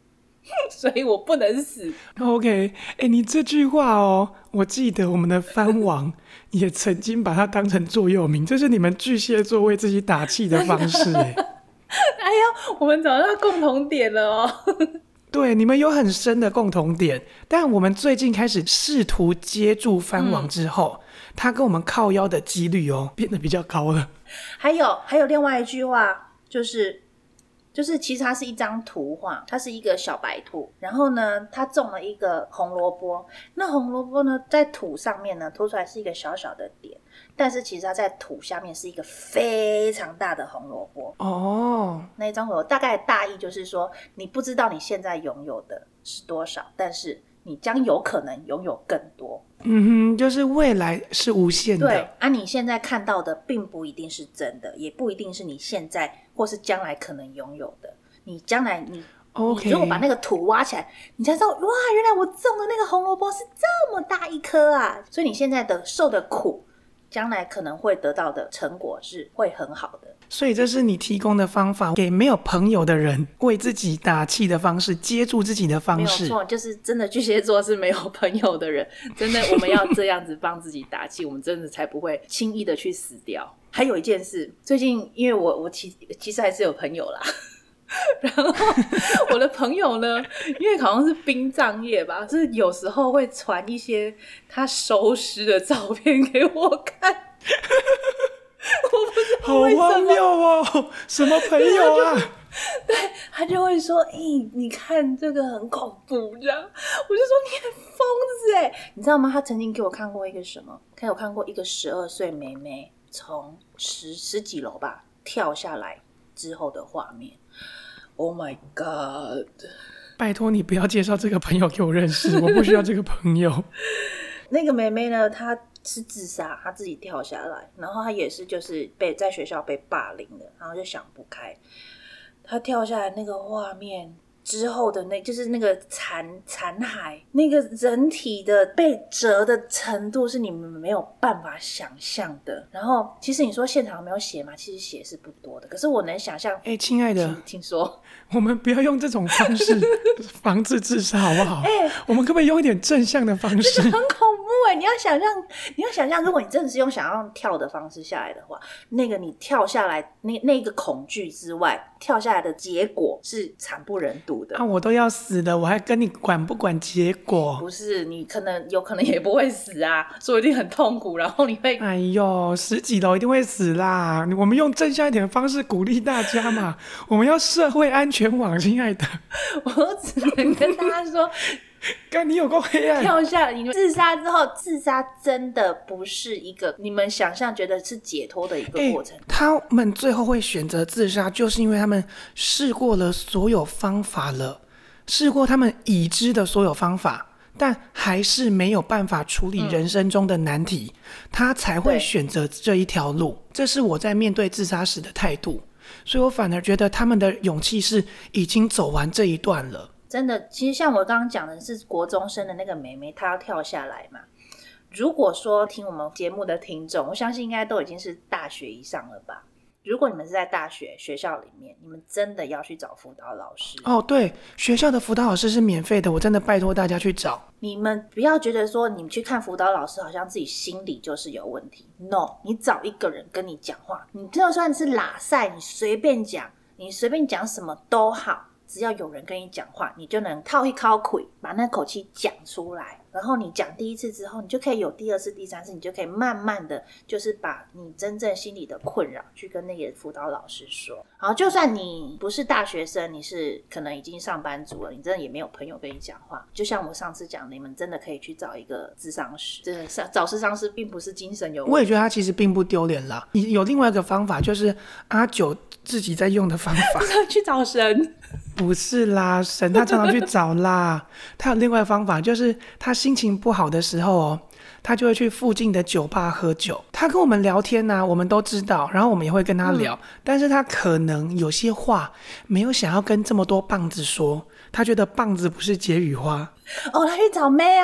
所以我不能死。 OK， 你这句话我记得我们的藩王也曾经把它当成座右铭，这是你们巨蟹座为自己打气的方式哎呀，我们找到共同点了对，你们有很深的共同点，但我们最近开始试图接住藩王之后，他跟我们靠腰的几率变得比较高了。 还有另外一句话，就是其实它是一张图画，它是一个小白兔，然后呢它种了一个红萝卜，那红萝卜呢在土上面呢凸出来是一个小小的点，但是其实它在土下面是一个非常大的红萝卜那一张图大概大意就是说，你不知道你现在拥有的是多少，但是你将有可能拥有更多。 就是未来是无限的。 对啊，你现在看到的并不一定是真的，也不一定是你现在或是将来可能拥有的。你将来你如果把那个土挖起来，你才知道哇，原来我种的那个红萝卜是这么大一颗啊！所以你现在的受的苦，将来可能会得到的成果是会很好的。 所以这是你提供的方法，给没有朋友的人为自己打气的方式，接住自己的方式。 没有错，就是真的巨蟹座是没有朋友的人，真的我们要这样子帮自己打气，我们真的才不会轻易的去死掉。还有一件事，最近因为我其实还是有朋友啦然后我的朋友呢，因为好像是殡葬业吧，是有时候会传一些他收尸的照片给我看我不知道为什么， 好荒谬什么朋友啊对，他就会说你看这个很恐怖这样，我就说你很疯子你知道吗？他曾经给我看过一个什么，他有看过一个12岁妹妹从十几楼吧跳下来之后的画面。Oh my god， 拜托你不要介绍这个朋友给我认识我不需要这个朋友那个妹妹呢，她是自杀，她自己跳下来，然后她也是就是在学校被霸凌的，然后就想不开，她跳下来那个画面之后的就是那个残骸，那个人体的被折的程度是你们没有办法想象的。然后其实你说现场没有血嘛，其实血是不多的，可是我能想象。 亲爱的， 请说， 我们不要用这种方式防治自杀好不好我们可不可以用一点正向的方式？ 这个很恐怖你要想象如果你真的是用想要跳的方式下来的话，那个你跳下来那个恐惧之外，跳下来的结果是惨不忍睹的我都要死了，我还跟你管不管结果？ 不是，你有可能也不会死啊，所以一定很痛苦，然后你会哎呦10几楼一定会死啦。我们用正向一点的方式鼓励大家嘛我们要社会安全网，亲爱的我只能跟大家说干你有够黑暗， 跳下你们自杀之后，自杀真的不是一个你们想象觉得是解脱的一个过程他们最后会选择自杀，就是因为他们试过了所有方法了，试过他们已知的所有方法，但还是没有办法处理人生中的难题他才会选择这一条路。这是我在面对自杀时的态度，所以我反而觉得他们的勇气是已经走完这一段了。 真的，其实像我刚刚讲的是国中生的那个妹妹，她要跳下来嘛。如果说听我们节目的听众，我相信应该都已经是大学以上了吧。如果你们是在大学学校里面，你们真的要去找辅导老师对，学校的辅导老师是免费的，我真的拜托大家去找。 你们不要觉得说你们去看辅导老师好像自己心里就是有问题。 No， 你找一个人跟你讲话，你就算是拉塞，你随便讲，你随便讲什么都好，只要有人跟你讲话，你就能套一口气把那口气讲出来，然后你讲第一次之后，你就可以有第二次第三次，你就可以慢慢的就是把你真正心里的困扰去跟那个辅导老师说。然后就算你不是大学生，你是可能已经上班族了，你真的也没有朋友跟你讲话，就像我上次讲的，你们真的可以去找一个咨商师。真的找咨商师并不是精神有问题， 我也觉得他其实并不丢脸啦。有另外一个方法，就是阿九自己在用的方法去找神。 不是啦，神他常常去找啦他有另外一个方法，就是他心情不好的时候他就会去附近的酒吧喝酒。他跟我们聊天啊，我们都知道，然后我们也会跟他聊但是他可能有些话没有想要跟这么多棒子说，他觉得棒子不是解语花他去找妹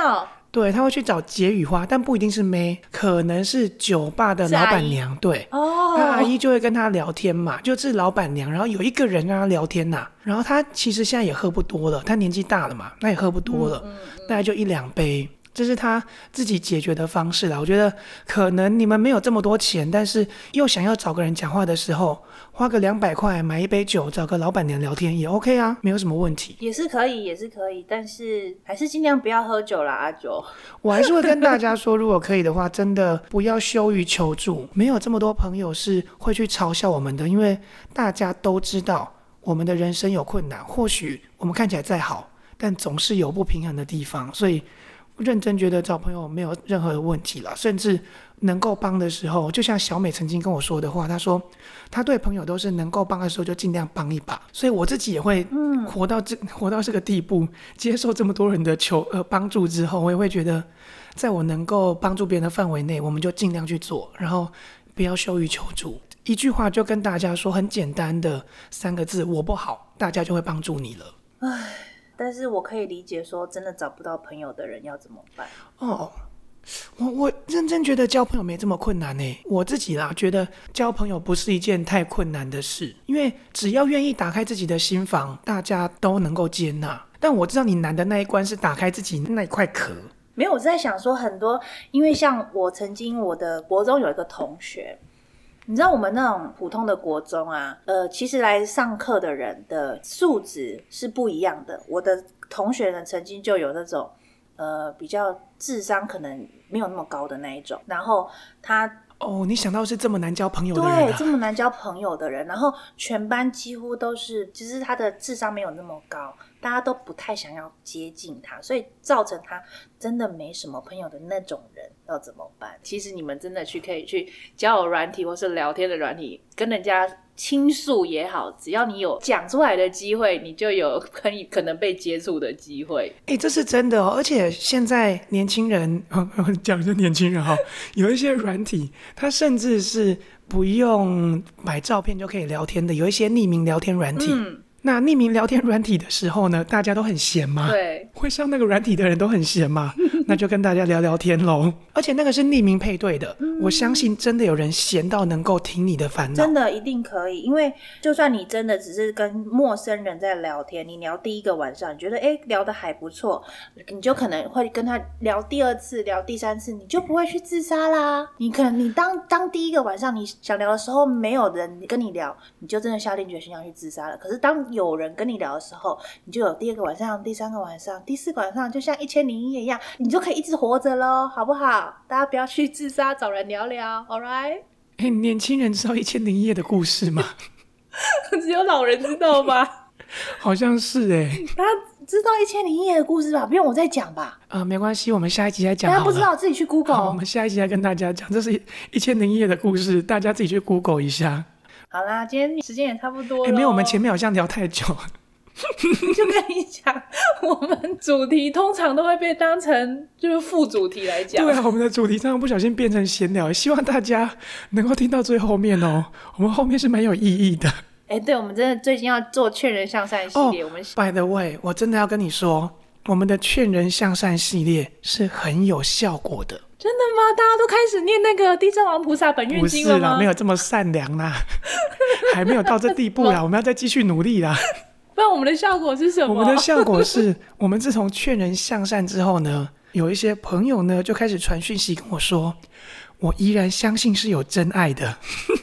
对，他会去找解语花，但不一定是妹，可能是酒吧的老板娘。对，那阿姨就会跟他聊天嘛，就是老板娘，然后有一个人跟他聊天呐，然后他其实现在也喝不多了，他年纪大了嘛，那也喝不多了，大概就1-2杯。这是他自己解决的方式啦。我觉得可能你们没有这么多钱，但是又想要找个人讲话的时候，花个200块买一杯酒，找个老板娘聊天也 OK 啊，没有什么问题。 也是可以，但是还是尽量不要喝酒啦，阿九。 我还是会跟大家说，如果可以的话，真的不要羞于求助。没有这么多朋友是会去嘲笑我们的，因为大家都知道我们的人生有困难，或许我们看起来再好，但总是有不平衡的地方，所以认真觉得找朋友没有任何的问题啦，甚至能够帮的时候，就像小美曾经跟我说的话，她说她对朋友都是能够帮的时候就尽量帮一把，所以我自己也会活到这个地步，接受这么多人的帮助之后，我也会觉得在我能够帮助别人的范围内，我们就尽量去做，然后不要羞于求助。一句话就跟大家说，很简单的3个字，我不好，大家就会帮助你了。 唉，但是我可以理解说真的找不到朋友的人要怎么办。 我认真觉得交朋友没这么困难耶。我自己啦，觉得交朋友不是一件太困难的事，因为只要愿意打开自己的心房，大家都能够接纳。但我知道你难的那一关是打开自己那一块壳。 没有，我在想说很多，因为像我的国中有一个同学，你知道我们那种普通的国中啊，其实来上课的人的素质是不一样的。我的同学呢，曾经就有那种比较智商可能没有那么高的那一种，然后他你想到是这么难交朋友的人啊？ 对，这么难交朋友的人，然后全班几乎都是，其实他的智商没有那么高，大家都不太想要接近他，所以造成他真的没什么朋友的那种人要怎么办？其实你们真的可以去交友软体或是聊天的软体跟人家倾诉也好，只要你有讲出来的机会，你就有可能被接触的机会。 这是真的而且现在年轻人讲是年轻人有一些软体它甚至是不用摆照片就可以聊天的，有一些匿名聊天软体。那匿名聊天软体的时候呢，大家都很闲嘛， 对， 会上那个软体的人都很闲嘛那就跟大家聊聊天咯。而且那个是匿名配对的，我相信真的有人闲到能够听你的烦恼， 真的一定可以。因为就算你真的只是跟陌生人在聊天，你聊第一个晚上你觉得聊得还不错，你就可能会跟他聊第2次聊第3次，你就不会去自杀啦。你可能你当第一个晚上你想聊的时候没有人跟你聊，你就真的下定决心要去自杀了。可是当有人跟你聊的时候，你就有第2个晚上第3个晚上第4个晚上，就像1001夜一样，你就可以一直活着咯，好不好？大家不要去自杀，找人聊聊 alright。 年轻人知道1001夜的故事吗？ 只有老人知道吧？ 好像是大家知道1001夜的故事吧？不用我再讲吧？ 没关系，我们下一集再讲好了。 大家不知道自己去 Google。 我们下一集再跟大家讲，这是1001夜的故事，大家自己去 Google 一下。 好啦，今天时间也差不多了。 没有，我们前面好像聊太久就跟你讲，我们主题通常都会被当成就是副主题来讲。 对啊，我们的主题常常不小心变成闲聊，希望大家能够听到最后面哦。我们后面是蛮有意义的。 对，我们真的最近要做劝人向善系列。我们 by the way， 我真的要跟你说，我们的劝人向善系列是很有效果的。 真的吗？大家都开始念那个地藏王菩萨本愿经了吗？ 不是啦，没有这么善良啦还没有到这地步啦我们要再继续努力啦。 不然我们的效果是什么？ 我们的效果是我们自从劝人向善之后呢，有一些朋友呢就开始传讯息跟我说，我依然相信是有真爱的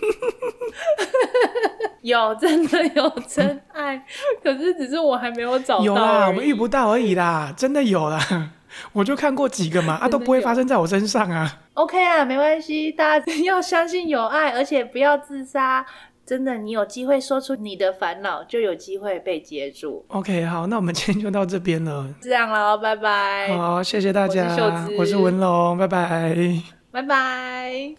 有，真的有真爱可是只是我还没有找到。 有啦，我们遇不到而已啦，真的有啦我就看过几个嘛，都不会发生在我身上啊。 OK 啊，没关系，大家要相信有爱，而且不要自殺。真的，你有机会说出你的烦恼，就有机会被接住。 OK， 好，那我们今天就到这边了。 这样咯，拜拜。 好，谢谢大家。 我是秀芝， 我是文龙，拜拜。 拜拜。